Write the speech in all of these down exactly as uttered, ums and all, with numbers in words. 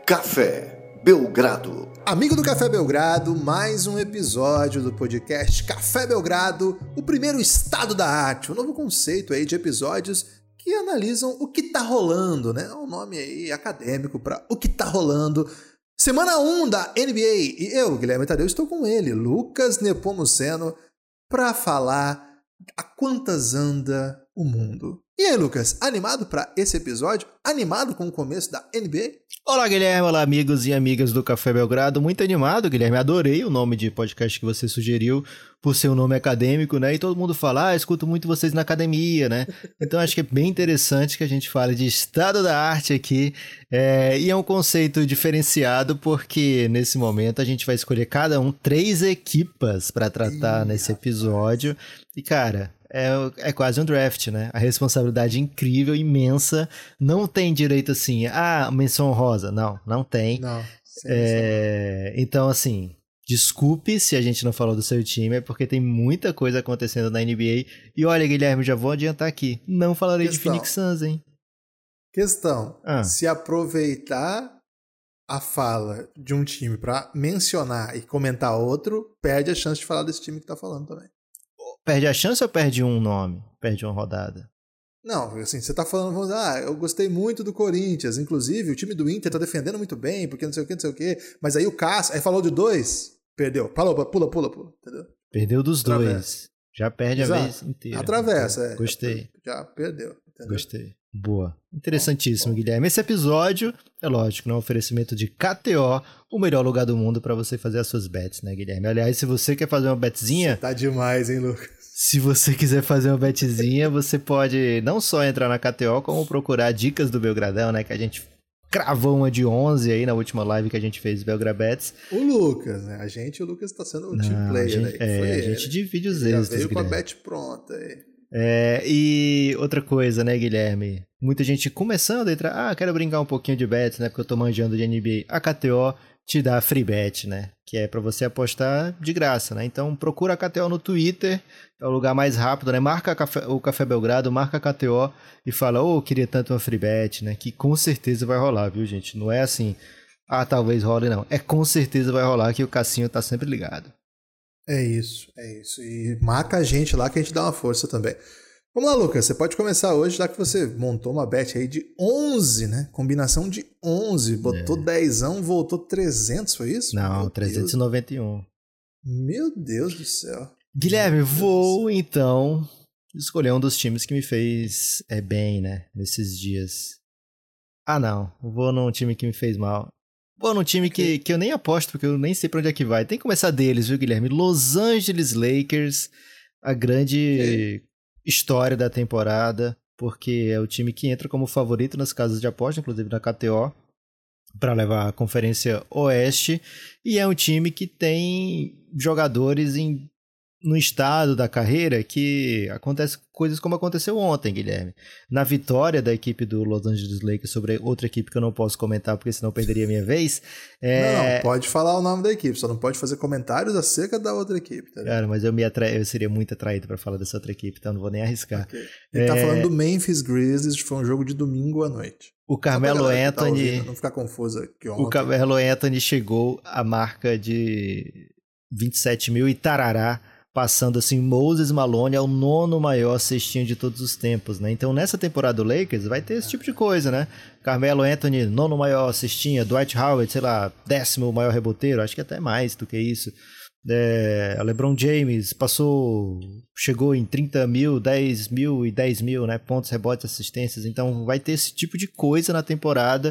Café Belgrado. Amigo do Café Belgrado, mais um episódio do podcast Café Belgrado, o primeiro estado da arte, um novo conceito aí de episódios que analisam o que tá rolando, né? Um nome aí acadêmico para o que tá rolando. Semana um da N B A e eu, Guilherme Tadeu, estou com ele, Lucas Nepomuceno, para falar a quantas anda o mundo. E aí, Lucas, animado para esse episódio? Animado com o começo da N B A? Olá, Guilherme. Olá, amigos e amigas do Café Belgrado. Muito animado, Guilherme. Adorei o nome de podcast que você sugeriu por ser um nome acadêmico, né? E todo mundo fala, ah, escuto muito vocês na academia, né? Então acho que é bem interessante que a gente fale de estado da arte aqui. É... E é um conceito diferenciado porque nesse momento a gente vai escolher cada um três equipas para tratar Ih, nesse episódio. E, cara... É, é quase um draft, né? A responsabilidade incrível, imensa. Não tem direito assim, ah, menção honrosa. Não, não tem. Não. É, então, assim, desculpe se a gente não falou do seu time, é porque tem muita coisa acontecendo na N B A. E olha, Guilherme, já vou adiantar aqui. Não falarei Questão. de Phoenix Suns, hein? Questão. Ah. Se aproveitar a fala de um time pra mencionar e comentar outro, perde a chance de falar desse time que tá falando também. Perde a chance ou perde um nome? Perde uma rodada? Não, assim, você tá falando, ah, eu gostei muito do Corinthians, inclusive o time do Inter tá defendendo muito bem, porque não sei o que, não sei o que, mas aí o Cássio, aí falou de dois, perdeu, falou, pula, pula, pula, entendeu? Perdeu dos Atravessa. dois, já perde Exato. a vez inteira. Atravessa, é. Gostei. Já, já perdeu, entendeu? Gostei. Boa. Interessantíssimo, bom, bom. Guilherme. Esse episódio, é lógico, é um oferecimento de K T O, o melhor lugar do mundo para você fazer as suas bets, né, Guilherme? Aliás, se você quer fazer uma betzinha... Você tá demais, hein, Lucas? Se você quiser fazer uma betzinha, você pode não só entrar na K T O, como procurar dicas do Belgradão, né? Que a gente cravou uma de onze aí na última live que a gente fez do Belgrabets. O Lucas, né? A gente, o Lucas tá sendo o team player gente, aí. É, Foi a ele. gente divide os Já êxitos, veio Guilherme. com a bet pronta aí. É, e outra coisa, né, Guilherme? Muita gente começando a entrar, ah, quero brincar um pouquinho de bets, né? Porque eu tô manjando de N B A. A K T O te dá free bet, né? Que é pra você apostar de graça, né? Então procura a K T O no Twitter, é o lugar mais rápido, né? Marca café, o Café Belgrado, marca a K T O e fala, ô, oh, queria tanto uma free bet, né? Que com certeza vai rolar, viu, gente? Não é assim, ah, talvez role, não. É com certeza vai rolar que o Cassinho tá sempre ligado. É isso, é isso. E marca a gente lá que a gente dá uma força também. Vamos lá, Lucas, você pode começar hoje, já que você montou uma bet aí de onze, né? Combinação de onze, botou é. dezão, voltou trezentos, foi isso? Não, Meu trezentos e noventa e um. Deus. Meu Deus do céu. Guilherme, vou então escolher um dos times que me fez é, bem, né? Nesses dias. Ah, não, vou num time que me fez mal. Vou num time que, que eu nem aposto, porque eu nem sei pra onde é que vai. Tem que começar deles, viu, Guilherme? Los Angeles Lakers, a grande... Okay. história da temporada, porque é o time que entra como favorito nas casas de aposta, inclusive na K T O, para levar a Conferência Oeste, e é um time que tem jogadores em, no estado da carreira que acontece coisas como aconteceu ontem, Guilherme. Na vitória da equipe do Los Angeles Lakers sobre outra equipe que eu não posso comentar, porque senão perderia a minha vez. É... Não, pode falar o nome da equipe, só não pode fazer comentários acerca da outra equipe. Tá, cara, mas eu, me atra... eu seria muito atraído para falar dessa outra equipe, então não vou nem arriscar. Okay. Ele é... tá falando do Memphis Grizzlies, que foi um jogo de domingo à noite. O Carmelo Anthony... Tá ouvindo, não ficar confuso aqui ontem. O Carmelo Anthony chegou à marca de vinte e sete mil e tarará, passando assim, Moses Malone é o nono maior cestinho de todos os tempos, né? Então nessa temporada do Lakers vai ter esse tipo de coisa, né? Carmelo Anthony, nono maior cestinha, Dwight Howard, sei lá, décimo maior reboteiro, acho que até mais do que isso. É, LeBron James passou, chegou em trinta mil, dez mil e dez mil, né? Pontos, rebotes, assistências. Então vai ter esse tipo de coisa na temporada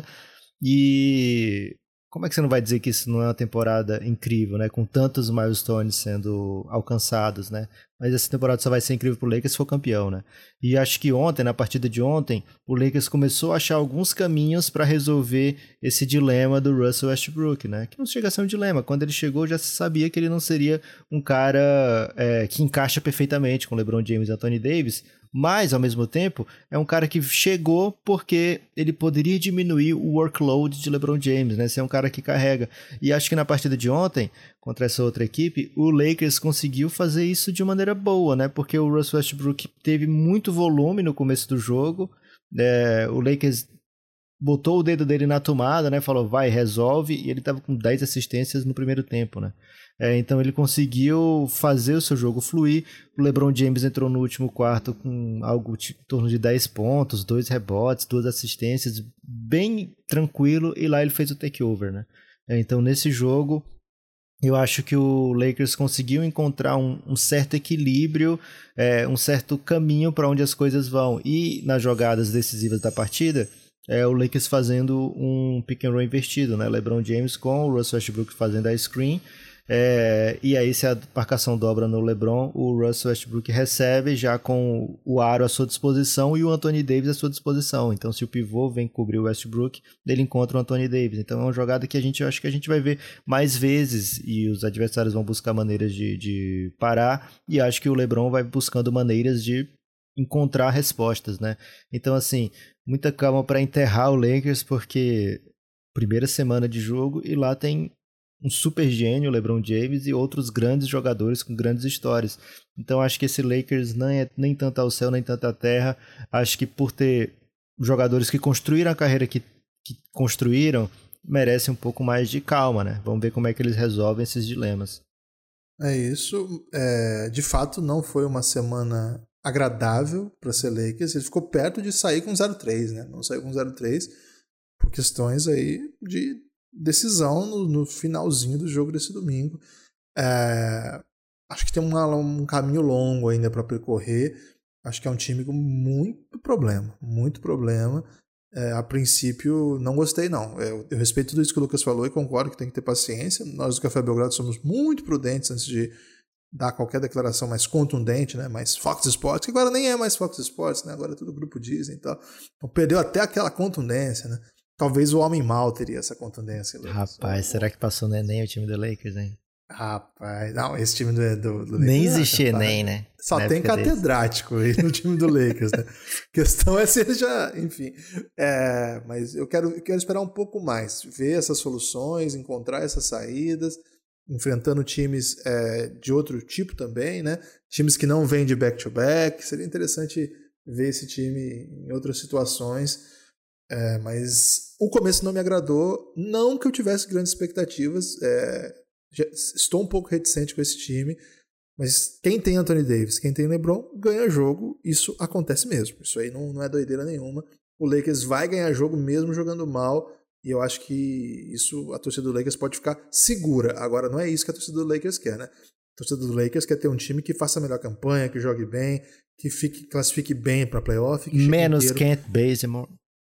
e... Como é que você não vai dizer que isso não é uma temporada incrível, né? Com tantos milestones sendo alcançados, né? Mas essa temporada só vai ser incrível pro Lakers se for campeão, né? E acho que ontem, na partida de ontem, o Lakers começou a achar alguns caminhos para resolver esse dilema do Russell Westbrook, né? Que não chega a ser um dilema. Quando ele chegou, já se sabia que ele não seria um cara é, que encaixa perfeitamente com LeBron James e Anthony Davis, mas, ao mesmo tempo, é um cara que chegou porque ele poderia diminuir o workload de LeBron James, né? Ser um cara que carrega. E acho que na partida de ontem, contra essa outra equipe, o Lakers conseguiu fazer isso de maneira boa, né? Porque o Russell Westbrook teve muito volume no começo do jogo. É, o Lakers botou o dedo dele na tomada, né? Falou, vai, resolve, e ele estava com dez assistências no primeiro tempo, né? É, então ele conseguiu fazer o seu jogo fluir. O LeBron James entrou no último quarto com algo em torno de dez pontos, dois rebotes, duas assistências, bem tranquilo, e lá ele fez o takeover, né? É, então nesse jogo eu acho que o Lakers conseguiu encontrar um, um certo equilíbrio, é, um certo caminho para onde as coisas vão. E nas jogadas decisivas da partida, é o Lakers fazendo um pick and roll invertido, né? LeBron James com o Russell Westbrook fazendo a screen. É, e aí, se a marcação dobra no LeBron, o Russell Westbrook recebe já com o aro à sua disposição e o Anthony Davis à sua disposição. Então, se o pivô vem cobrir o Westbrook, ele encontra o Anthony Davis. Então, é uma jogada que a gente eu acho que a gente vai ver mais vezes e os adversários vão buscar maneiras de, de parar. E acho que o LeBron vai buscando maneiras de encontrar respostas, né? Então, assim, muita calma para enterrar o Lakers, porque primeira semana de jogo e lá tem um super gênio, LeBron James, e outros grandes jogadores com grandes histórias. Então acho que esse Lakers não é nem tanto ao céu, nem tanto à terra. Acho que por ter jogadores que construíram a carreira que, que construíram, merece um pouco mais de calma, né? Vamos ver como é que eles resolvem esses dilemas. É isso. É, de fato, não foi uma semana agradável para ser Lakers. Ele ficou perto de sair com zero a três, né? Não saiu com zero a três por questões aí de decisão no, no finalzinho do jogo desse domingo. É, acho que tem uma, um caminho longo ainda para percorrer. Acho que é um time com muito problema, muito problema. É, a princípio, não gostei, não. Eu, eu respeito tudo isso que o Lucas falou e concordo que tem que ter paciência. Nós do Café Belgrado somos muito prudentes antes de dar qualquer declaração mais contundente, né? Mais Fox Sports, que agora nem é mais Fox Sports, né? Agora é tudo Grupo Disney e tal. Então perdeu até aquela contundência, né? Talvez o homem mal teria essa contundência. Lucas. Rapaz, será que passou no Enem o time do Lakers, hein? Rapaz, não, esse time do, do, do Lakers... Nem existe Enem, né? Só Na tem catedrático aí no time do Lakers, né? A questão é se ele já... Enfim, é, mas eu quero, eu quero esperar um pouco mais, ver essas soluções, encontrar essas saídas, enfrentando times é, de outro tipo também, né? Times que não vêm de back-to-back. Seria interessante ver esse time em outras situações. É, mas o começo não me agradou, não que eu tivesse grandes expectativas, é, já, estou um pouco reticente com esse time, mas quem tem Anthony Davis, quem tem LeBron, ganha jogo, isso acontece mesmo, isso aí não, não é doideira nenhuma. O Lakers vai ganhar jogo mesmo jogando mal, e eu acho que isso a torcida do Lakers pode ficar segura. Agora não é isso que a torcida do Lakers quer, né? A torcida do Lakers quer ter um time que faça a melhor campanha, que jogue bem, que fique, classifique bem para playoff. Que menos Kent Bazemore.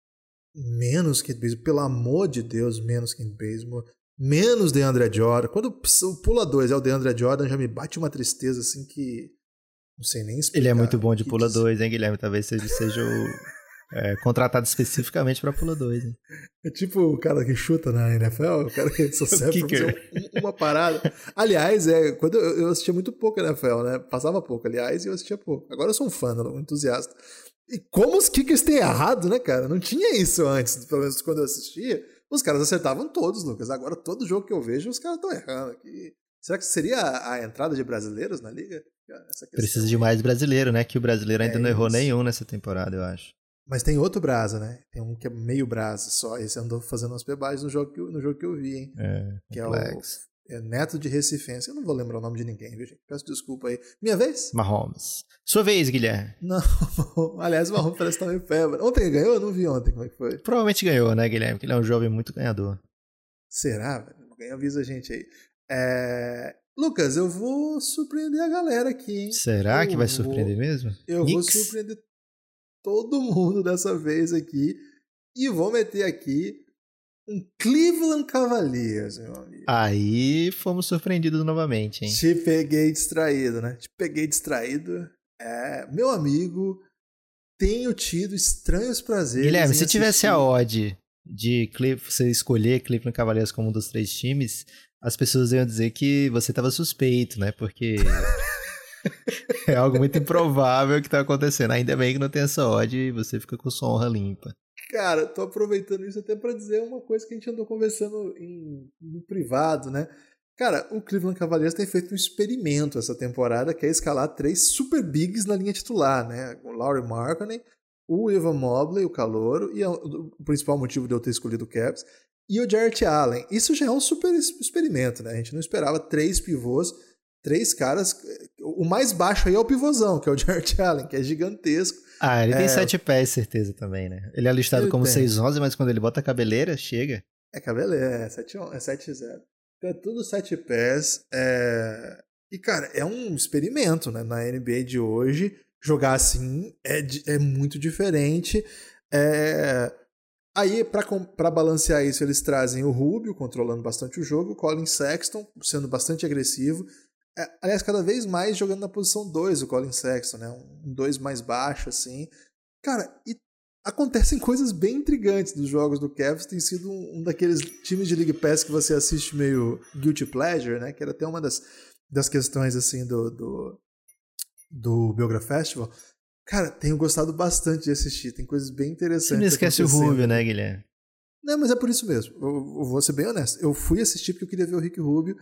Menos Kent Bazemore, pelo amor de Deus, menos Kent Bazemore, menos DeAndre Jordan. Quando o pula dois é o DeAndre Jordan, já me bate uma tristeza assim que não sei nem explicar. Ele é muito bom de pula dois, hein, Guilherme? Talvez seja, seja o, é, contratado especificamente para pula dois. Hein? É tipo o cara que chuta na N F L, o cara que só serve pra fazer um, uma parada. Aliás, é, quando eu, eu assistia muito pouco N F L, né? Passava pouco, aliás, e eu assistia pouco. Agora eu sou um fã, um entusiasta. E como os kickers têm errado, né, cara? Não tinha isso antes, pelo menos quando eu assistia. Os caras acertavam todos, Lucas. Agora, todo jogo que eu vejo, os caras estão errando aqui. Será que seria a, a entrada de brasileiros na liga? Essa Precisa de mais brasileiro, né? Que o brasileiro ainda é não errou isso. nenhum nessa temporada, eu acho. Mas tem outro brasa, né? Tem um que é meio brasa só. Esse andou fazendo umas pebagens no jogo que eu, no jogo que eu vi, hein? É, que é o é Neto de Recifense. Eu não vou lembrar o nome de ninguém, viu, gente? Peço desculpa aí. Minha vez? Mahomes. Sua vez, Guilherme. Não. Aliás, o Mahomes parece estar meio febre. Ontem ganhou? Eu não vi ontem como é que foi. Provavelmente ganhou, né, Guilherme? Porque ele é um jovem muito ganhador. Será, velho? Alguém avisa a gente aí. É... Lucas, eu vou surpreender a galera aqui, hein? Será eu que vai vou... surpreender mesmo? Eu Knicks? vou surpreender todo mundo dessa vez aqui. E vou meter aqui um Cleveland Cavaliers, meu amigo. Aí fomos surpreendidos novamente, hein? Te peguei distraído, né? Te peguei distraído. É, meu amigo, tenho tido estranhos prazeres. Guilherme, se assistir... tivesse a odd de você escolher Cleveland Cavaliers como um dos três times, as pessoas iam dizer que você estava suspeito, né? Porque é algo muito improvável que está acontecendo. Ainda bem que não tem essa odd e você fica com sua honra limpa. Cara, tô aproveitando isso até para dizer uma coisa que a gente andou conversando em, no privado, né? Cara, o Cleveland Cavaliers tem feito um experimento essa temporada, que é escalar três super bigs na linha titular, né? O Lauri Markkanen, o Evan Mobley, o calouro, e é o principal motivo de eu ter escolhido o Cavs, e o Jarrett Allen. Isso já é um super experimento, né? A gente não esperava três pivôs, três caras. O mais baixo aí é o pivôzão, que é o Jarrett Allen, que é gigantesco. Ah, ele é... tem sete pés, certeza também, né? Ele é listado ele como seis onze, mas quando ele bota a cabeleira, chega. É cabeleira, é sete zero. Então é tudo sete pés. É... E, cara, é um experimento, né? Na N B A de hoje, jogar assim é, é muito diferente. É... Aí, para balancear isso, eles trazem o Rubio, controlando bastante o jogo, o Colin Sexton, sendo bastante agressivo. É, aliás, cada vez mais jogando na posição dois, o Colin Sexton, né? Um dois mais baixo, assim. Cara, e acontecem coisas bem intrigantes dos jogos do Cavs. Tem sido um, um daqueles times de League Pass que você assiste meio guilty pleasure, né? Que era até uma das, das questões, assim, do, do, do Belgra Festival. Cara, tenho gostado bastante de assistir. Tem coisas bem interessantes. Você não esquece o Rubio, né, Guilherme? Não, mas é por isso mesmo. Eu, eu vou ser bem honesto. Eu fui assistir porque eu queria ver o Ricky Rubio.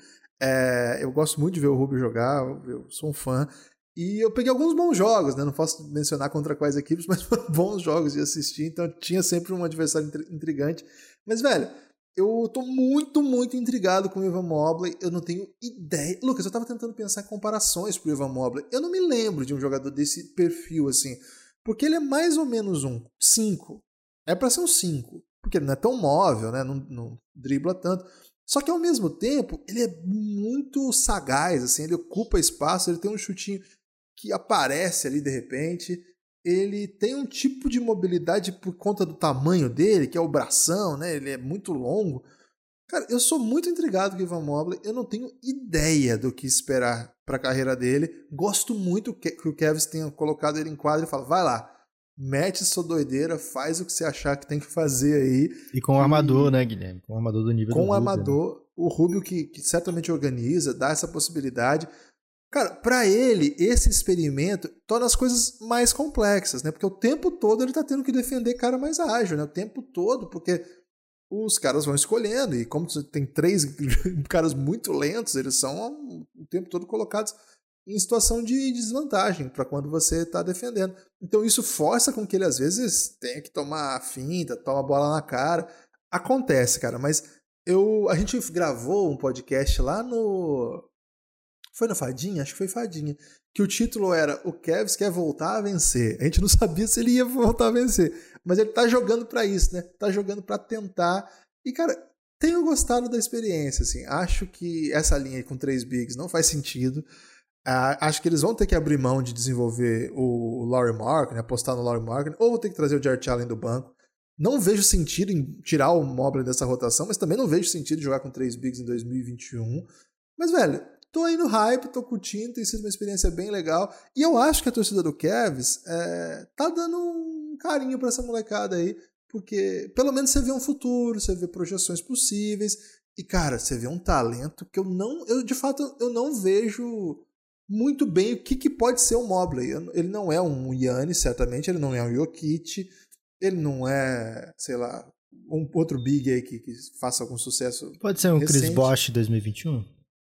É, eu gosto muito de ver o Rubio jogar. Eu sou um fã. E eu peguei alguns bons jogos, né? Não posso mencionar contra quais equipes, mas foram bons jogos de assistir. Então tinha sempre um adversário intrigante. Mas, velho, eu tô muito, muito intrigado com o Evan Mobley. Eu não tenho ideia. Lucas, eu tava tentando pensar em comparações pro Evan Mobley. Eu não me lembro de um jogador desse perfil, assim. Porque ele é mais ou menos um cinco. É pra ser um cinco. Porque ele não é tão móvel, né? Não, não dribla tanto. Só que ao mesmo tempo, ele é muito sagaz, assim. Ele ocupa espaço, ele tem um chutinho que aparece ali de repente. Ele tem um tipo de mobilidade por conta do tamanho dele, que é o bração, né? Ele é muito longo. Cara, eu sou muito intrigado com o Evan Mobley. Eu não tenho ideia do que esperar para a carreira dele. Gosto muito que o Cavs tenha colocado ele em quadra e fala, vai lá, mete sua doideira, faz o que você achar que tem que fazer aí. E com o armador, né, Guilherme? Com o armador do nível com do o Rubio, armador, né? O Rubio que, que certamente organiza, dá essa possibilidade. Cara, pra ele, esse experimento torna as coisas mais complexas, né? Porque o tempo todo ele tá tendo que defender cara mais ágil, né? O tempo todo, porque os caras vão escolhendo, e como você tem três caras muito lentos, eles são o tempo todo colocados em situação de desvantagem para quando você tá defendendo. Então isso força com que ele, às vezes, tenha que tomar a finta, toma a bola na cara. Acontece, cara, mas eu, a gente gravou um podcast lá no... Foi na Fadinha? Acho que foi Fadinha. Que o título era O Cavs quer voltar a vencer. A gente não sabia se ele ia voltar a vencer. Mas ele tá jogando pra isso, né? Tá jogando pra tentar. E, cara, tenho gostado da experiência, assim. Acho que essa linha aí com três bigs não faz sentido. Uh, acho que eles vão ter que abrir mão de desenvolver o Lauri Markkanen, apostar no Lauri Markkanen, ou vão ter que trazer o Jarrett Allen do banco. Não vejo sentido em tirar o Mobley dessa rotação, mas também não vejo sentido em jogar com três bigs em dois mil e vinte e um. Mas, velho, tô aí no hype, tô curtindo, tem sido uma experiência bem legal. E eu acho que a torcida do Cavs é, tá dando um carinho pra essa molecada aí, porque pelo menos você vê um futuro, você vê projeções possíveis. E, cara, você vê um talento que eu não... Eu, de fato, eu não vejo muito bem o que, que pode ser o Mobley. Ele não é um Giannis, certamente, ele não é um Jokic, ele não é, sei lá, um outro big aí que, que faça algum sucesso. Pode ser um recente. Chris Bosh dois mil e vinte e um?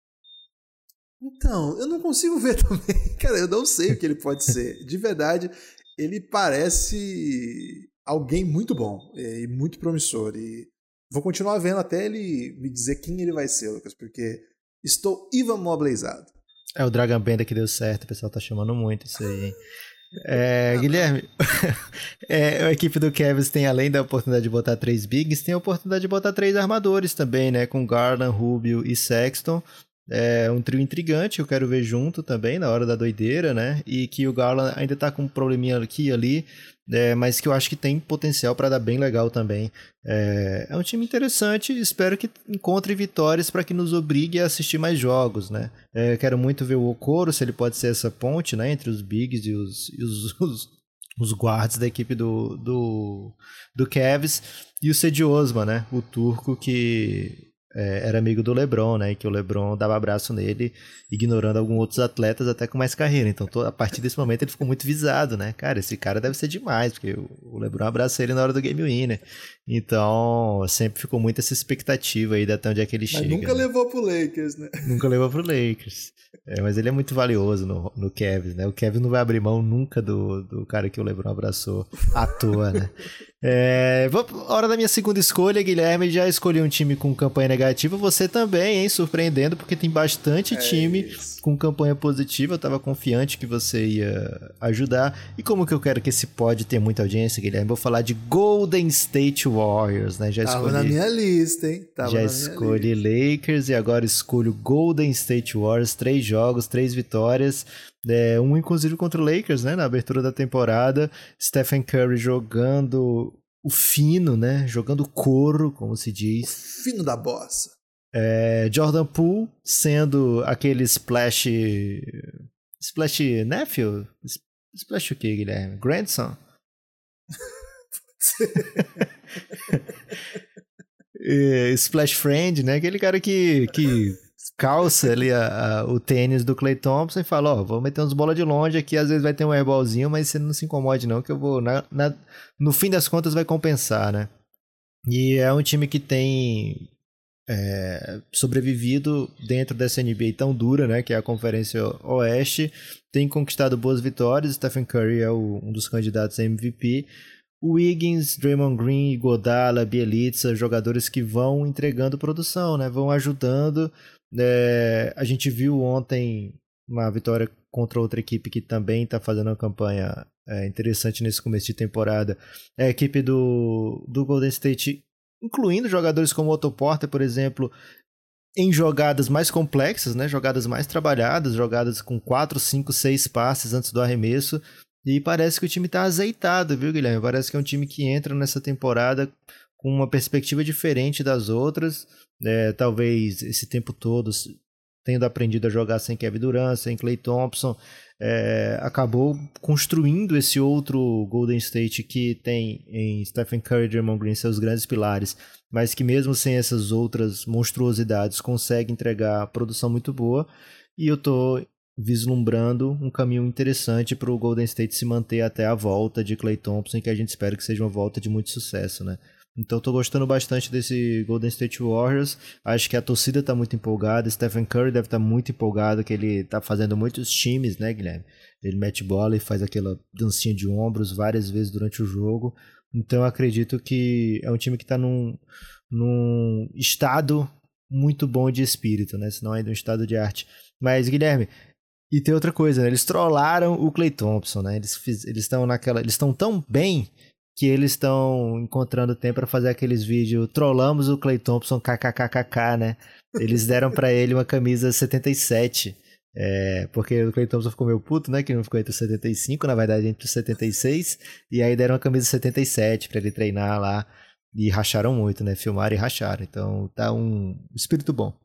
Então, eu não consigo ver também. Cara, eu não sei o que ele pode ser. De verdade, ele parece alguém muito bom e muito promissor. E vou continuar vendo até ele me dizer quem ele vai ser, Lucas, porque estou Evan Mobleyzado. É o Dragon Bender que deu certo, o pessoal tá chamando muito isso aí, hein? É, Guilherme, é, a equipe do Cavs tem, além da oportunidade de botar três bigs, tem a oportunidade de botar três armadores também, né? Com Garland, Rubio e Sexton. É um trio intrigante, eu quero ver junto também, na hora da doideira, né? E que o Garland ainda tá com um probleminha aqui e ali, é, mas que eu acho que tem potencial para dar bem legal também. É, é um time interessante, espero que encontre vitórias para que nos obrigue a assistir mais jogos, né? É, quero muito ver o Okoro, se ele pode ser essa ponte, né? Entre os bigs e os, e os, os, os guards da equipe do, do, do Cavs. E o Cedi Osman, né? O turco que... é, era amigo do LeBron, né? E que o LeBron dava abraço nele, ignorando alguns outros atletas até com mais carreira. Então, to, a partir desse momento, ele ficou muito visado, né? Cara, esse cara deve ser demais, porque o, o LeBron abraça ele na hora do Game Winner. Então, sempre ficou muito essa expectativa aí de até onde é que ele mas chega. Nunca né? levou pro Lakers, né? Nunca levou pro Lakers. É, mas ele é muito valioso no, no Cavs, né? O Cavs não vai abrir mão nunca do, do cara que o LeBron abraçou à toa, né? É, vou, hora da minha segunda escolha, Guilherme. Já escolhi um time com campanha negativa. Você também, hein? Surpreendendo, porque tem bastante é time isso. com campanha positiva. Eu tava confiante que você ia ajudar. E como que eu quero que esse pod tenha muita audiência, Guilherme? Vou falar de Golden State Warriors, né? Já Tava escolhi, na minha lista, hein? Tava já na escolhi minha Lakers e agora escolho Golden State Warriors. Três jogos, três vitórias. É, um inclusive contra o Lakers, né? Na abertura da temporada. Stephen Curry jogando o fino, né? Jogando couro, como se diz. O fino da bossa. É, Jordan Poole sendo aquele splash... Splash nephew? Splash o quê, Guilherme? Grandson? é, Splash Friend, né? Aquele cara que... que calça ali a, a, o tênis do Klay Thompson e fala, ó, oh, vou meter uns bolas de longe aqui, às vezes vai ter um airballzinho, mas você não se incomode não, que eu vou, na, na, no fim das contas vai compensar, né? E é um time que tem é, sobrevivido dentro dessa N B A tão dura, né, que é a Conferência Oeste, tem conquistado boas vitórias, Stephen Curry é o, um dos candidatos a M V P, Wiggins, Draymond Green, Iguodala, Bjelica, jogadores que vão entregando produção, né, vão ajudando. É, a gente viu ontem uma vitória contra outra equipe que também está fazendo uma campanha é, interessante nesse começo de temporada. É a equipe do, do Golden State, incluindo jogadores como Otto Porter, por exemplo, em jogadas mais complexas, né? Jogadas mais trabalhadas, jogadas com quatro, cinco, seis passes antes do arremesso. E parece que o time está azeitado, viu, Guilherme? Parece que é um time que entra nessa temporada com uma perspectiva diferente das outras. É, talvez esse tempo todo tendo aprendido a jogar sem Kevin Durant, sem Klay Thompson, é, acabou construindo esse outro Golden State que tem em Stephen Curry e Draymond Green seus grandes pilares, mas que mesmo sem essas outras monstruosidades consegue entregar produção muito boa. E eu tô vislumbrando um caminho interessante para o Golden State se manter até a volta de Klay Thompson, que a gente espera que seja uma volta de muito sucesso, né? Então tô gostando bastante desse Golden State Warriors. Acho que a torcida tá muito empolgada. Stephen Curry deve estar tá muito empolgado, que ele tá fazendo muitos times, né, Guilherme? Ele mete bola e faz aquela dancinha de ombros várias vezes durante o jogo. Então eu acredito que é um time que tá num, num estado muito bom de espírito, né? Se não ainda um estado de arte. Mas, Guilherme, e tem outra coisa, né? Eles trollaram o Klay Thompson, né? Eles fiz, eles estão naquela, eles estão tão bem que eles estão encontrando tempo para fazer aqueles vídeos, trollamos o Klay Thompson, kkkk, né? Eles deram para ele uma camisa setenta e sete, é, porque o Klay Thompson ficou meio puto, né? Que não ficou entre os setenta e cinco, na verdade entre os setenta e seis, e aí deram uma camisa setenta e sete para ele treinar lá, e racharam muito, né? Filmaram e racharam, então tá um espírito bom.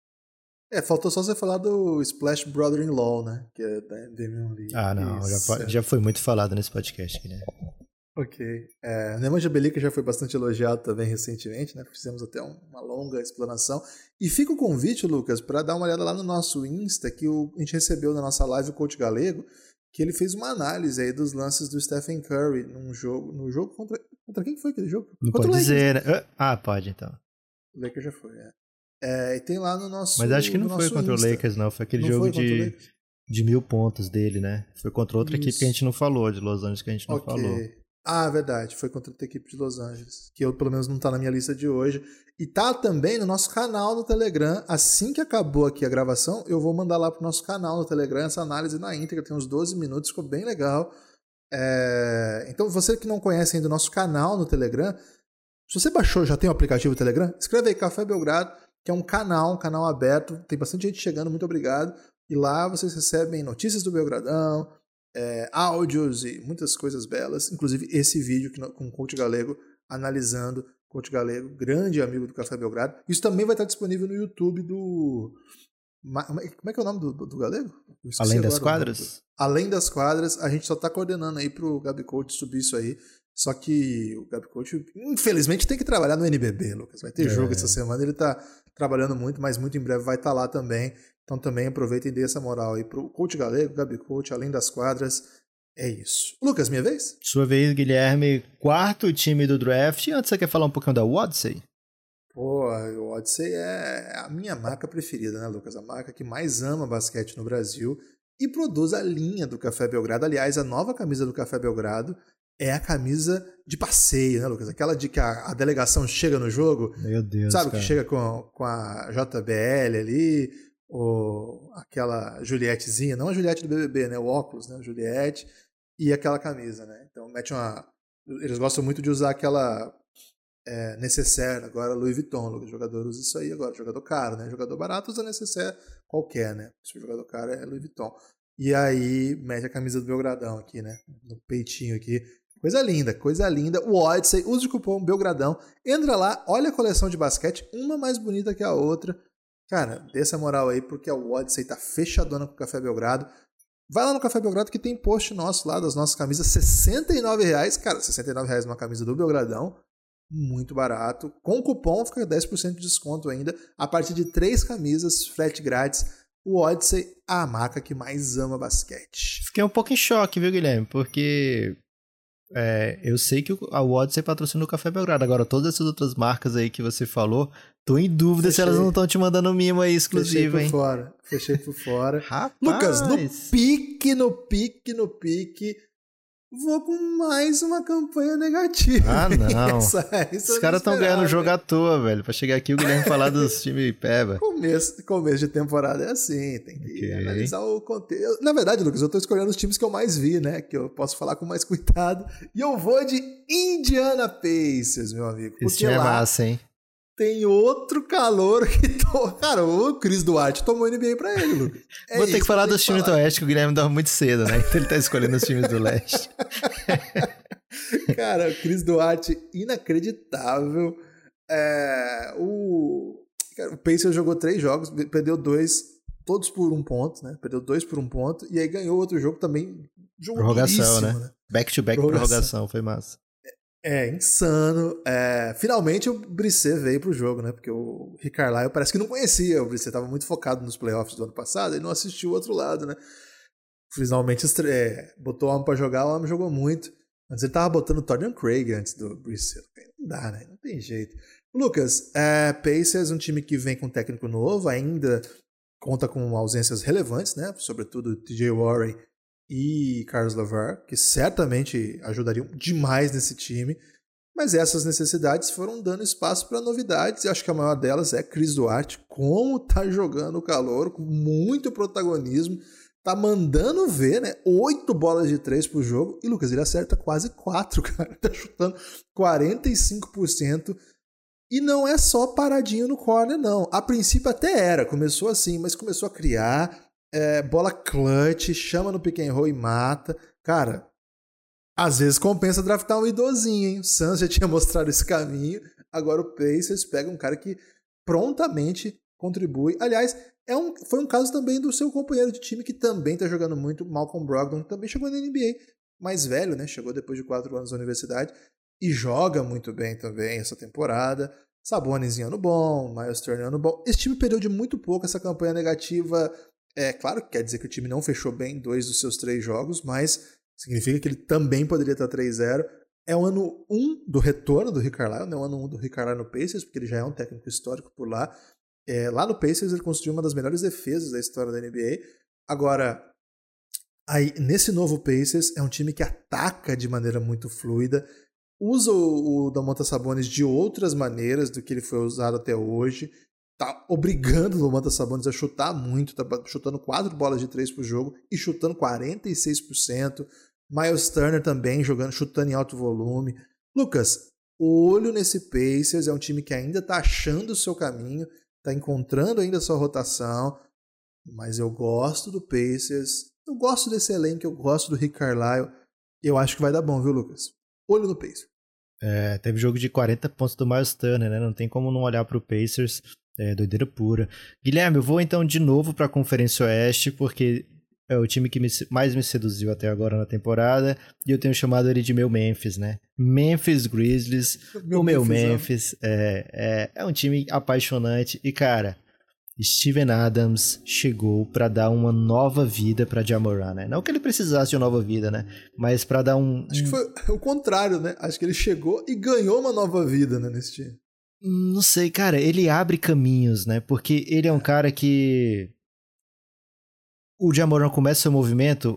É, faltou só você falar do Splash Brother-in-Law, né? Que é da Damian Lee. Ah, não, já, já foi muito falado nesse podcast, né? Ok. É, o Nemanja Bjelica já foi bastante elogiado também recentemente, né? Fizemos até um, uma longa explanação. E fica o convite, Lucas, para dar uma olhada lá no nosso Insta, que o, a gente recebeu na nossa live o Coach Galego, que ele fez uma análise aí dos lances do Stephen Curry num jogo, no jogo contra... Contra quem foi aquele jogo? Não contra pode dizer, né? Ah, pode então. O Lakers já foi, é. é. E tem lá no nosso Mas acho que não foi contra Insta. o Lakers, não. Foi aquele não jogo foi de, de mil pontos dele, né? Foi contra outra Isso. equipe que a gente não falou, de Los Angeles, que a gente não okay. falou. Ah, verdade. Foi contra outra equipe de Los Angeles, que eu, pelo menos não tá na minha lista de hoje. E tá também no nosso canal no Telegram. Assim que acabou aqui a gravação, eu vou mandar lá pro nosso canal no Telegram essa análise na íntegra. Tem uns doze minutos, ficou bem legal. É... Então, você que não conhece ainda o nosso canal no Telegram, se você baixou, já tem o aplicativo Telegram, escreve aí Café Belgrado, que é um canal, um canal aberto. Tem bastante gente chegando, muito obrigado. E lá vocês recebem notícias do Belgradão, É, áudios e muitas coisas belas, inclusive esse vídeo que, com o Coach Galego, analisando o Coach Galego, grande amigo do Café Belgrado. Isso também vai estar disponível no YouTube do... Como é que é o nome do, do Galego? Além das Quadras? Além das Quadras, a gente só está coordenando aí para o Gabi Coach subir isso aí. Só que o Gabi Coach, infelizmente, tem que trabalhar no N B B, Lucas. Vai ter é. jogo essa semana, ele tá trabalhando muito, mas muito em breve vai estar lá também. Então também aproveitem e dê essa moral aí pro Coach Galego, Gabi Coach, além das quadras. É isso. Lucas, minha vez? Sua vez, Guilherme. Quarto time do draft. Antes você quer falar um pouquinho da Odyssey? Pô, o Odyssey é a minha marca preferida, né, Lucas? A marca que mais ama basquete no Brasil e produz a linha do Café Belgrado. Aliás, a nova camisa do Café Belgrado é a camisa de passeio, né, Lucas? Aquela de que a, a delegação chega no jogo. Meu Deus, sabe, cara. que chega com, com a J B L ali, ou aquela Julietezinha, não a Juliette do B B B, né? O óculos, né? Juliette e aquela camisa, né? Então mete uma... Eles gostam muito de usar aquela é, necessaire, agora Louis Vuitton, o jogador usa isso aí agora, jogador caro, né? Jogador barato usa necessaire qualquer, né? Se o jogador caro é Louis Vuitton. E aí mete a camisa do Belgradão aqui, né? No peitinho aqui. Coisa linda, coisa linda. O Odyssey, use o cupom Belgradão, entra lá, olha a coleção de basquete, uma mais bonita que a outra. Cara, dê essa moral aí, porque a Odyssey tá fechadona com o Café Belgrado. Vai lá no Café Belgrado que tem post nosso lá das nossas camisas, sessenta e nove reais. Cara, sessenta e nove reais uma camisa do Belgradão, muito barato. Com o cupom fica dez por cento de desconto ainda. A partir de três camisas, frete grátis. O Odyssey, a marca que mais ama basquete. Fiquei um pouco em choque, viu, Guilherme? Porque... É, eu sei que a Odyssey patrocina o Café Belgrado. Agora, todas essas outras marcas aí que você falou, tô em dúvida Fechei. se elas não estão te mandando mimo aí exclusivo, Fechei por hein? fora. Fechei por fora. Rapaz. Lucas, no pique, no pique, no pique, vou com mais uma campanha negativa. Ah, não. Essa, essa Os caras estão ganhando jogo à toa, velho. Pra chegar aqui o Guilherme falar dos times peba. Começo, começo de temporada é assim, tem que okay. analisar o contexto. Na verdade, Lucas, eu tô escolhendo os times que eu mais vi, né? Que eu posso falar com mais cuidado. E eu vou de Indiana Pacers, meu amigo. Esse time é massa, hein? Tem outro calor que... To... Cara, o Chris Duarte tomou N B A pra ele, Lucas. É Vou ter que falar dos times do Oeste, que o Guilherme dorme muito cedo, né? Então ele tá escolhendo os times do Leste. Cara, o Chris Duarte, inacreditável. É... O... Cara, o Pacers jogou três jogos, perdeu dois, todos por um ponto, né? Perdeu dois por um ponto, e aí ganhou outro jogo também. Jogo prorrogação, né? né? Back-to-back prorrogação. prorrogação, foi massa. É, insano. É, finalmente o Brisset veio pro jogo, né? Porque o Rick Carlisle parece que não conhecia. O Brisset estava muito focado nos playoffs do ano passado e não assistiu o outro lado, né? Finalmente é, botou o homem pra jogar, o homem jogou muito. Antes ele tava botando o Torrian Craig antes do Brisset. Não dá, né? Não tem jeito. Lucas, é, Pacers, um time que vem com um técnico novo, ainda conta com ausências relevantes, né? Sobretudo T J Warren e Caris LeVert, que certamente ajudariam demais nesse time, mas essas necessidades foram dando espaço para novidades, e acho que a maior delas é Chris Duarte, como tá jogando o calor, com muito protagonismo, tá mandando ver, né, oito bolas de três por jogo, e Lucas, ele acerta quase quatro, cara, tá chutando quarenta e cinco por cento, e não é só paradinho no corner, não, a princípio até era, começou assim, mas começou a criar, É, bola clutch, chama no pick and roll e mata. Cara, às vezes compensa draftar um idosinho, hein? O Suns já tinha mostrado esse caminho. Agora o Pacers pega um cara que prontamente contribui. Aliás, é um, foi um caso também do seu companheiro de time que também tá jogando muito, Malcolm Brogdon, que também chegou na N B A. Mais velho, né? Chegou depois de quatro anos da universidade e joga muito bem também essa temporada. Sabonis ano bom, Miles Turner ano bom. Esse time perdeu de muito pouco essa campanha negativa. É claro que quer dizer que o time não fechou bem dois dos seus três jogos, mas significa que ele também poderia estar três a zero. É o ano um do retorno do Rick Carlisle, não é o ano um do Rick Carlisle no Pacers, porque ele já é um técnico histórico por lá. É, lá no Pacers ele construiu uma das melhores defesas da história da N B A. Agora, aí, nesse novo Pacers é um time que ataca de maneira muito fluida, usa o, o Domantas Sabonis de outras maneiras do que ele foi usado até hoje. Tá obrigando o Domantas Sabonis a chutar muito, tá chutando quatro bolas de três por jogo e chutando quarenta e seis por cento. Miles Turner também jogando, chutando em alto volume. Lucas, olho nesse Pacers, é um time que ainda tá achando o seu caminho, tá encontrando ainda a sua rotação, mas eu gosto do Pacers, eu gosto desse elenco, eu gosto do Rick Carlisle, eu acho que vai dar bom, viu, Lucas? Olho no Pacers. É, teve jogo de quarenta pontos do Miles Turner, né? Não tem como não olhar pro Pacers. É doideira pura. Guilherme, eu vou então de novo para a Conferência Oeste, porque é o time que me, mais me seduziu até agora na temporada, e eu tenho chamado ele de meu Memphis, né? Memphis Grizzlies, meu o meu Memphis, é, é, é um time apaixonante, e cara, Steven Adams chegou para dar uma nova vida para Ja Morant, né? Não que ele precisasse de uma nova vida, né? Mas para dar um... Acho que foi o contrário, né? Acho que ele chegou e ganhou uma nova vida, né, nesse time. Não sei, cara, ele abre caminhos, né? Porque ele é um cara que... O Ja Morant começa seu movimento,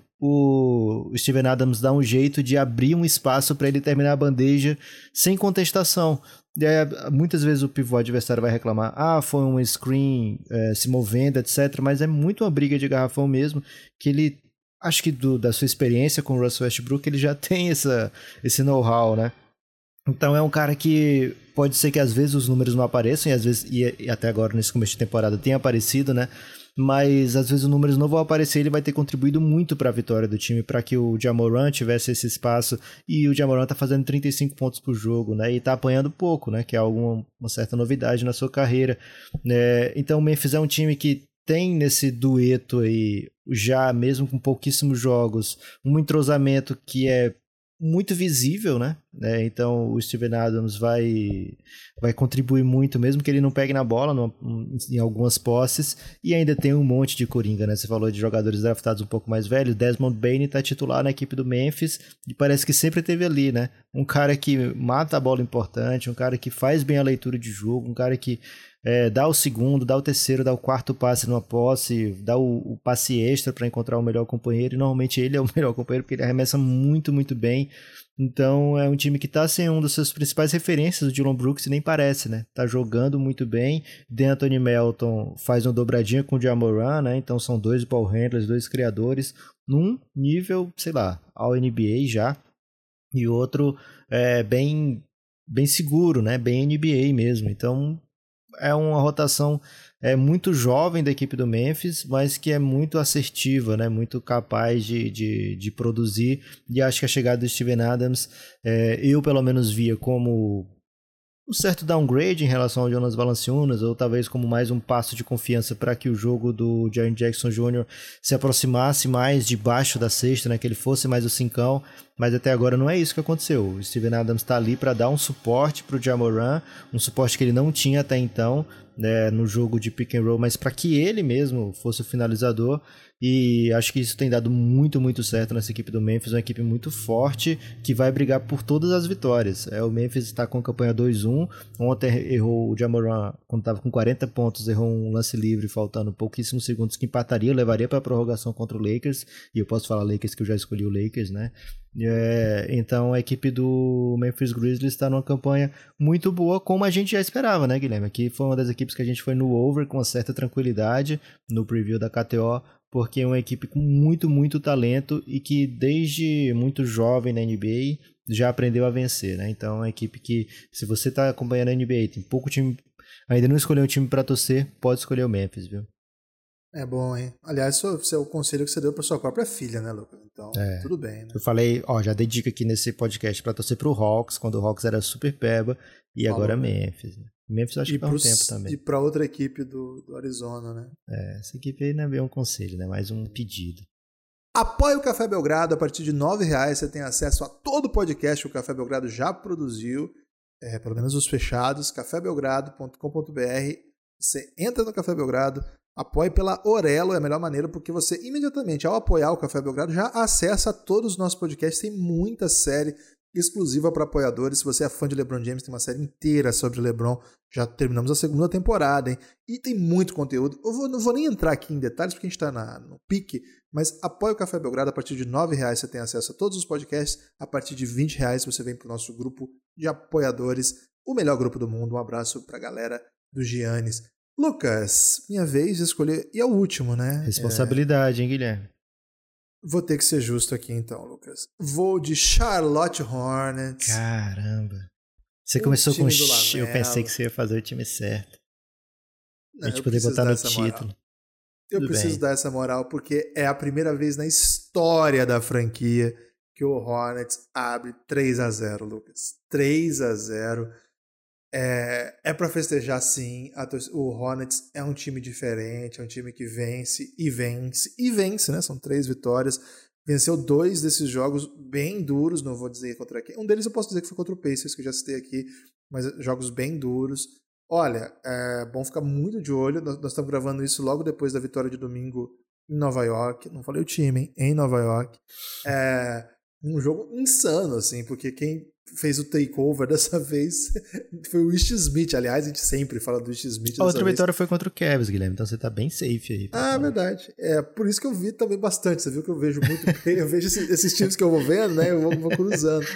o Steven Adams dá um jeito de abrir um espaço para ele terminar a bandeja sem contestação. E aí, muitas vezes o pivô adversário vai reclamar, ah, foi um screen é, se movendo, etcétera. Mas é muito uma briga de garrafão mesmo, que ele, acho que do, da sua experiência com o Russell Westbrook, ele já tem essa, esse know-how, né? Então é um cara que pode ser que às vezes os números não apareçam, e às vezes, e, e até agora nesse começo de temporada tem aparecido, né? Mas às vezes os números não vão aparecer, ele vai ter contribuído muito para a vitória do time, para que o Ja Morant tivesse esse espaço, e o Ja Morant tá fazendo trinta e cinco pontos por jogo, né, e tá apanhando pouco, né, que é alguma uma certa novidade na sua carreira, né? Então o Memphis é um time que tem nesse dueto aí, já mesmo com pouquíssimos jogos, um entrosamento que é muito visível, né? É, então o Steven Adams vai, vai contribuir muito, mesmo que ele não pegue na bola numa, em algumas posses, e ainda tem um monte de coringa, né? Você falou de jogadores draftados um pouco mais velhos, Desmond Bane tá titular na equipe do Memphis, e parece que sempre teve ali, né? Um cara que mata a bola importante, um cara que faz bem a leitura de jogo, um cara que É, dá o segundo, dá o terceiro, dá o quarto passe numa posse, dá o, o passe extra para encontrar o melhor companheiro, e normalmente ele é o melhor companheiro porque ele arremessa muito, muito bem. Então é um time que tá sem um das suas principais referências, o Dillon Brooks, nem parece, né? Tá jogando muito bem. D'Anthony Melton faz uma dobradinha com o Ja Morant, né? Então são dois ball handlers, dois criadores, num nível, sei lá, ao N B A já, e outro é, bem, bem seguro, né? Bem N B A mesmo. Então é uma rotação é, muito jovem da equipe do Memphis, mas que é muito assertiva, né? Muito capaz de, de, de produzir, e acho que a chegada do Steven Adams, é, eu pelo menos via como um certo downgrade em relação ao Jonas Valanciunas, ou talvez como mais um passo de confiança para que o jogo do Jaren Jackson Júnior se aproximasse mais debaixo da cesta, né? Que ele fosse mais o cincão, mas até agora não é isso que aconteceu. O Steven Adams está ali para dar um suporte para o Ja Morant, um suporte que ele não tinha até então, né, no jogo de pick and roll, mas para que ele mesmo fosse o finalizador, e acho que isso tem dado muito, muito certo nessa equipe do Memphis, uma equipe muito forte, que vai brigar por todas as vitórias. É, o Memphis está com a campanha dois a um, ontem errou o Ja Morant, quando estava com quarenta pontos, errou um lance livre, faltando pouquíssimos segundos, que empataria, levaria para a prorrogação contra o Lakers, e eu posso falar Lakers que eu já escolhi o Lakers, né? É, então a equipe do Memphis Grizzlies está numa campanha muito boa, como a gente já esperava, né, Guilherme? Aqui foi uma das equipes que a gente foi no over com uma certa tranquilidade no preview da K T O, porque é uma equipe com muito, muito talento, e que desde muito jovem na N B A já aprendeu a vencer, né? Então é uma equipe que, se você está acompanhando a N B A, tem pouco time, ainda não escolheu um time para torcer, pode escolher o Memphis, viu? É bom, hein? Aliás, esse é o conselho que você deu para sua própria filha, né, Lucas? Então, é, tudo bem, né? Eu falei, ó, já dei dica aqui nesse podcast para torcer pro Hawks, quando o Hawks era super peba, e Falou, agora né? Memphis. Memphis acho e que faz um tempo também. E para outra equipe do, do Arizona, né? É, essa equipe aí não é bem um conselho, né? Mais um pedido. Apoie o Café Belgrado. A partir de nove reais você tem acesso a todo o podcast que o Café Belgrado já produziu, é, pelo menos os fechados, café belgrado ponto com ponto b r. Você entra no Café Belgrado, apoie pela Orelo, é a melhor maneira, porque você imediatamente, ao apoiar o Café Belgrado, já acessa todos os nossos podcasts. Tem muita série exclusiva para apoiadores. Se você é fã de LeBron James, tem uma série inteira sobre LeBron. Já terminamos a segunda temporada, hein? E tem muito conteúdo. Eu vou, não vou nem entrar aqui em detalhes, porque a gente está no pique, mas apoie o Café Belgrado. A partir de nove reais você tem acesso a todos os podcasts. A partir de vinte reais você vem para o nosso grupo de apoiadores, o melhor grupo do mundo. Um abraço para a galera do Giannis. Lucas, minha vez de escolher, e é o último, né? Responsabilidade, é... hein, Guilherme? Vou ter que ser justo aqui então, Lucas. Vou de Charlotte Hornets. Caramba. Você começou com sh... Eu pensei que você ia fazer o time certo. Não, a gente poder botar no título. Moral. Eu Tudo preciso bem. dar essa moral porque é a primeira vez na história da franquia que o Hornets abre três a zero, Lucas. três a zero. É, é para festejar sim. A, o Hornets é um time diferente, é um time que vence e vence e vence, né? São três vitórias. Venceu dois desses jogos bem duros, não vou dizer contra quem. Um deles eu posso dizer que foi contra o Pacers, que eu já citei aqui, mas jogos bem duros. Olha, é bom ficar muito de olho. Nós, nós estamos gravando isso logo depois da vitória de domingo em Nova York. Não falei o time, hein? Em Nova York. É um jogo insano, assim, porque quem fez o takeover dessa vez foi o Ish Smith. Aliás, a gente sempre fala do Ish Smith. A outra vez. vitória foi contra o Cavs, Guilherme, então você tá bem safe aí. Ah, falar. Verdade. É por isso que eu vi também bastante. Você viu que eu vejo muito bem. Eu vejo esses, esses times que eu vou vendo, né? Eu vou, vou cruzando.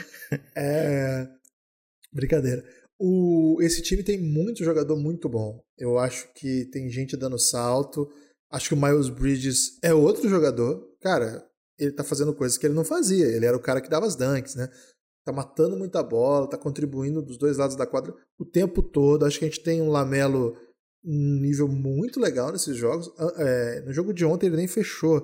É... Brincadeira. O... Esse time tem muito jogador muito bom. Eu acho que tem gente dando salto. Acho que o Miles Bridges é outro jogador. Cara, ele tá fazendo coisas que ele não fazia. Ele era o cara que dava as dunks, né? Tá matando muita bola, tá contribuindo dos dois lados da quadra o tempo todo. Acho que a gente tem um Lamelo um nível muito legal nesses jogos. É, no jogo de ontem ele nem fechou,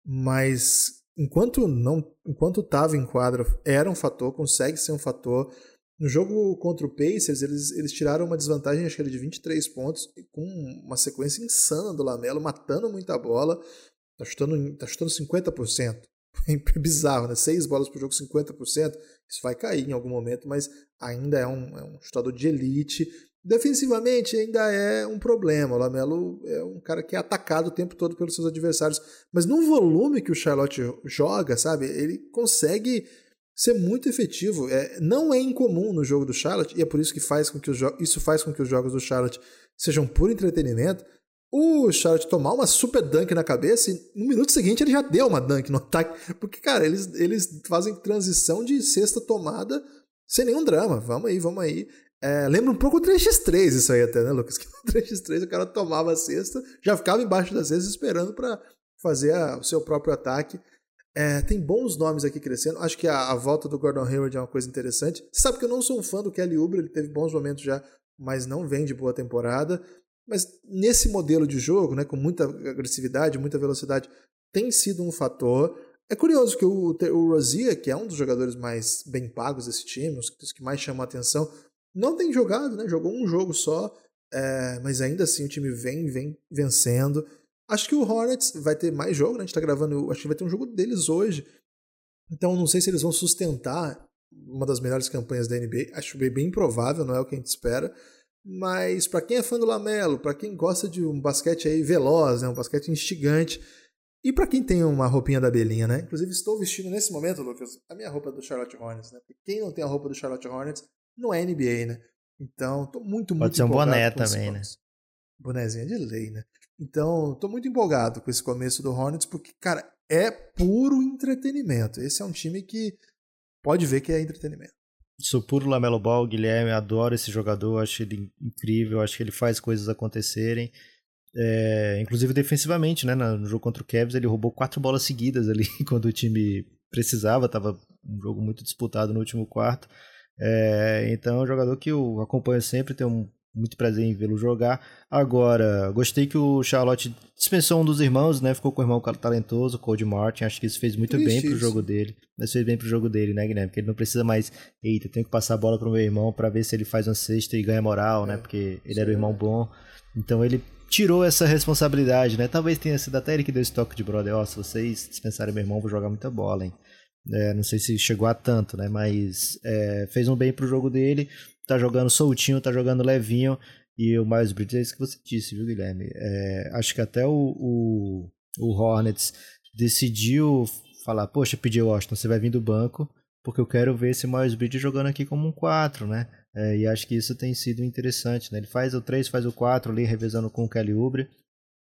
mas enquanto não, enquanto tava em quadra, era um fator, consegue ser um fator. No jogo contra o Pacers, eles, eles tiraram uma desvantagem, acho que era de vinte e três pontos, com uma sequência insana do Lamelo, matando muita bola. Tá chutando, tá chutando cinquenta por cento. É bizarro, né? Seis bolas por jogo, cinquenta por cento. Isso vai cair em algum momento, mas ainda é um, é um chutador de elite. Defensivamente ainda é um problema. O Lamelo é um cara que é atacado o tempo todo pelos seus adversários. Mas no volume que o Charlotte joga, sabe? Ele consegue ser muito efetivo. É, não é incomum no jogo do Charlotte, e é por isso que faz com que os isso faz com que os jogos do Charlotte sejam puro entretenimento. O Charlotte tomar uma super dunk na cabeça e no minuto seguinte ele já deu uma dunk no ataque. Porque, cara, eles, eles fazem transição de sexta tomada sem nenhum drama. Vamos aí, vamos aí. É, lembra um pouco o três por três isso aí até, né, Lucas? Que no três por três o cara tomava a cesta, já ficava embaixo da cesta esperando para fazer a, o seu próprio ataque. É, tem bons nomes aqui crescendo. Acho que a, a volta do Gordon Hayward é uma coisa interessante. Você sabe que eu não sou um fã do Kelly Oubre, ele teve bons momentos já, mas não vem de boa temporada. Mas nesse modelo de jogo, né, com muita agressividade, muita velocidade, tem sido um fator. É curioso que o, o Rozier, que é um dos jogadores mais bem pagos desse time, os que mais chamam a atenção, não tem jogado, né? Jogou um jogo só, é, mas ainda assim o time vem, vem vencendo. Acho que o Hornets vai ter mais jogo, né? A gente tá gravando, acho que vai ter um jogo deles hoje. Então não sei se eles vão sustentar uma das melhores campanhas da N B A. Acho bem, bem improvável, não é o que a gente espera. Mas para quem é fã do Lamelo, para quem gosta de um basquete aí veloz, né, um basquete instigante, e para quem tem uma roupinha da Belinha, né? Inclusive estou vestindo nesse momento, Lucas, a minha roupa do Charlotte Hornets, né? Porque quem não tem a roupa do Charlotte Hornets não é N B A, né? Então, tô muito, muito Pode ser um empolgado boné com também, né? Bonézinha de lei, né? Então, tô muito empolgado com esse começo do Hornets, porque, cara, é puro entretenimento. Esse é um time que pode ver que é entretenimento. Sou puro Lamelo Ball, Guilherme, adoro esse jogador, acho ele incrível, acho que ele faz coisas acontecerem, é, inclusive defensivamente, né, no jogo contra o Cavs ele roubou quatro bolas seguidas ali quando o time precisava, estava um jogo muito disputado no último quarto, é, então é um jogador que eu acompanho sempre, tenho um muito prazer em vê-lo jogar. Agora, gostei que o Charlotte dispensou um dos irmãos, né? Ficou com o irmão talentoso, o Cody Martin. Acho que isso fez muito Triste bem pro isso. jogo dele. Isso fez bem pro jogo dele, né, Guilherme? Porque ele não precisa mais, eita, tenho que passar a bola pro meu irmão para ver se ele faz uma cesta e ganha moral, é, né? Porque ele era o irmão bom. Então ele tirou essa responsabilidade, né? Talvez tenha sido até ele que deu esse toque de brother. Ó, oh, se vocês dispensarem meu irmão, vou jogar muita bola, hein? É, não sei se chegou a tanto, né? Mas é, fez um bem pro jogo dele. Tá jogando soltinho, tá jogando levinho. E o Miles Bridges é isso que você disse, viu, Guilherme? É, acho que até o, o, o Hornets decidiu falar, poxa, P J Washington, você vai vir do banco, porque eu quero ver esse Miles Bridges jogando aqui como um quatro, né? É, e acho que isso tem sido interessante, né? Ele faz o três, faz o quatro ali, revezando com o Kelly Oubre.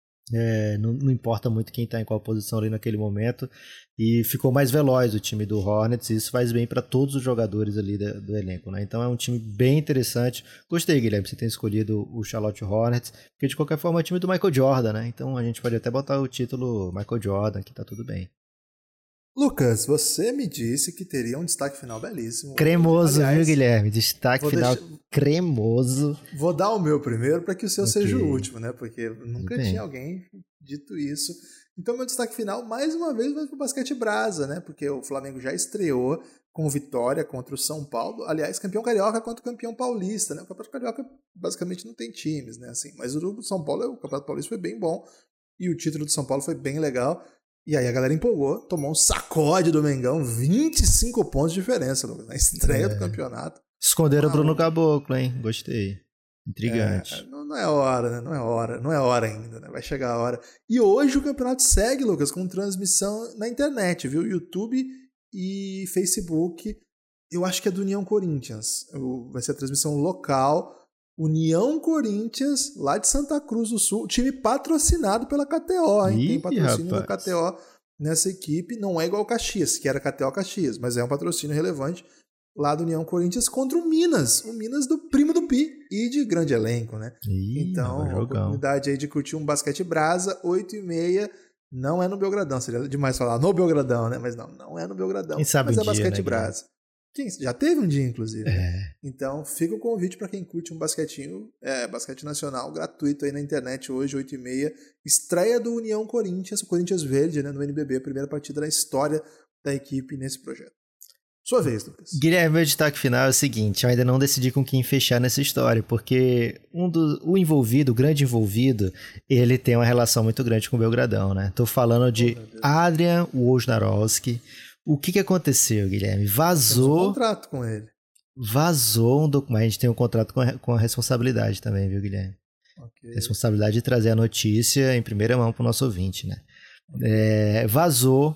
É, não, não importa muito quem está em qual posição ali naquele momento, e ficou mais veloz o time do Hornets, e isso faz bem para todos os jogadores ali do, do elenco, né? Então é um time bem interessante. Gostei, Guilherme, você tem escolhido o Charlotte Hornets, porque de qualquer forma é o time do Michael Jordan, né? Então a gente pode até botar o título Michael Jordan, que tá tudo bem. Lucas, você me disse que teria um destaque final belíssimo. Cremoso, Aliás, viu, Guilherme? Destaque final deixar... cremoso. Vou dar o meu primeiro para que o seu okay. seja o último, né? Porque nunca Bem. tinha alguém dito isso. Então, meu destaque final, mais uma vez, vai para o basquete brasa, né? Porque o Flamengo já estreou com vitória contra o São Paulo. Aliás, campeão carioca contra o campeão paulista, né? O Campeonato Carioca basicamente não tem times, né? Assim, mas o São Paulo, o Campeonato Paulista foi bem bom e o título do São Paulo foi bem legal. E aí a galera empolgou, tomou um sacode do Mengão, vinte e cinco pontos de diferença na estreia é. do campeonato. Esconderam o Bruno Caboclo, hein? Gostei. Intrigante. É, não, não é hora, né? Não é hora, não é hora ainda, né? Vai chegar a hora. E hoje o campeonato segue, Lucas, com transmissão na internet, viu? YouTube e Facebook. Eu acho que é do União Corinthians. Vai ser a transmissão local. União Corinthians, lá de Santa Cruz do Sul. Time patrocinado pela K T O, hein? Ih, tem patrocínio rapaz. da K T O nessa equipe. Não é igual o Caxias, que era K T O Caxias, mas é um patrocínio relevante. Lá do União Corinthians contra o Minas. O Minas do primo do Pi e de grande elenco, né? Ih, então, a oportunidade aí de curtir um basquete brasa, oito e meia. Não é no Belgradão. Seria demais falar no Belgradão, né? Mas não, não é no Belgradão. Quem sabe mas um é basquete dia, né, brasa. Quem, já teve um dia, inclusive. É. Né? Então, fica o convite para quem curte um basquetinho, é, basquete nacional, gratuito aí na internet hoje, oito e meia. Estreia do União Corinthians, o Corinthians Verde, né, no N B B, a primeira partida da história da equipe nesse projeto. Sua vez, Lucas. Guilherme, meu destaque final é o seguinte, eu ainda não decidi com quem fechar nessa história, porque um do, o envolvido, o grande envolvido, ele tem uma relação muito grande com o Belgradão, né? Tô falando de oh, Adrian Wojnarowski. O que que aconteceu, Guilherme? Vazou... Temos um contrato com ele. Vazou um documento, a gente tem um contrato com a, com a responsabilidade também, viu, Guilherme? Okay. Responsabilidade de trazer a notícia em primeira mão pro nosso ouvinte, né? É, vazou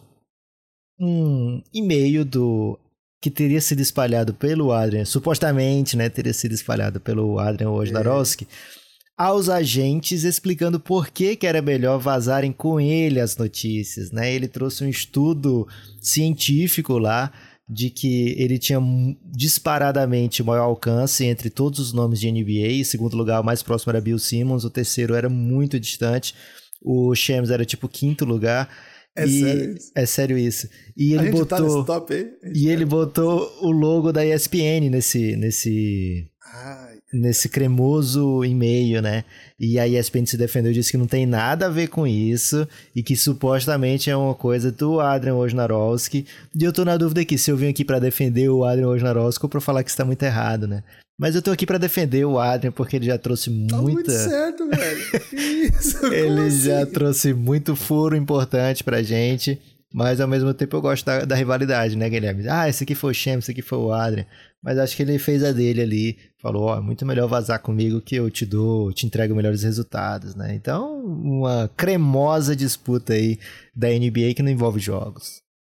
um e-mail do... que teria sido espalhado pelo Adrian, supostamente, né, teria sido espalhado pelo Adrian Wojnarowski, é. aos agentes explicando por que, que era melhor vazarem com ele as notícias, né? Ele trouxe um estudo científico lá de que ele tinha disparadamente o maior alcance entre todos os nomes de N B A. Em segundo lugar, o mais próximo era Bill Simmons, o terceiro era muito distante, o Shams era tipo quinto lugar. É e, sério isso? É sério isso. E ele a gente botou, tá nesse top aí? E ele botou o logo da E S P N nesse, nesse, Ai. nesse cremoso e-mail, né? E a E S P N se defendeu e disse que não tem nada a ver com isso e que supostamente é uma coisa do Adrian Wojnarowski. E eu tô na dúvida aqui se eu vim aqui pra defender o Adrian Wojnarowski ou pra falar que isso tá muito errado, né? Mas eu tô aqui pra defender o Adrian porque ele já trouxe muita... Tá muito certo, velho. Isso, ele assim? já trouxe muito furo importante pra gente, mas ao mesmo tempo eu gosto da, da rivalidade, né, Guilherme? Ah, esse aqui foi o Shams, esse aqui foi o Adrian. Mas acho que ele fez a dele ali. Falou, ó, oh, muito melhor vazar comigo que eu te dou, te entrego melhores resultados, né? Então, uma cremosa disputa aí da N B A que não envolve jogos.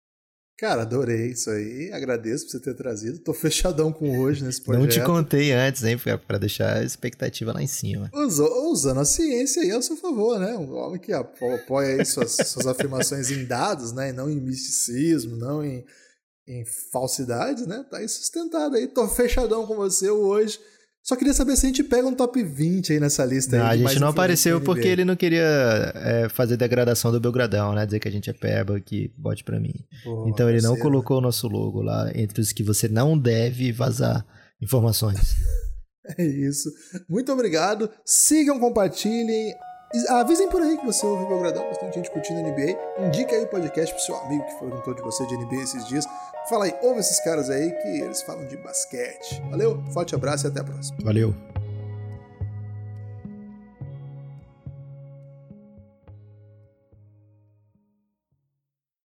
Cara, adorei isso aí, agradeço por você ter trazido, tô fechadão com hoje nesse projeto. Não te contei antes, hein, pra deixar a expectativa lá em cima. Usou, usando a ciência aí ao seu favor, né, um homem que apoia aí suas, suas afirmações em dados, né, e não em misticismo, não em, em falsidades, né, tá aí sustentado aí, tô fechadão com você hoje. Só queria saber se a gente pega um top vinte aí nessa lista. Não, aí. A gente não apareceu porque ele não queria é, fazer degradação do Belgradão, né? Dizer que a gente é peba, que bote pra mim. Porra, então ele não colocou o nosso logo lá entre os que você não deve vazar informações. É isso. Muito obrigado. Sigam, compartilhem. Avisem por aí que você ouve o Belgradão, bastante gente curtindo N B A. Indique aí o podcast pro seu amigo que perguntou de você de N B A esses dias. Fala aí, ouve esses caras aí que eles falam de basquete. Valeu, forte abraço e até a próxima. Valeu.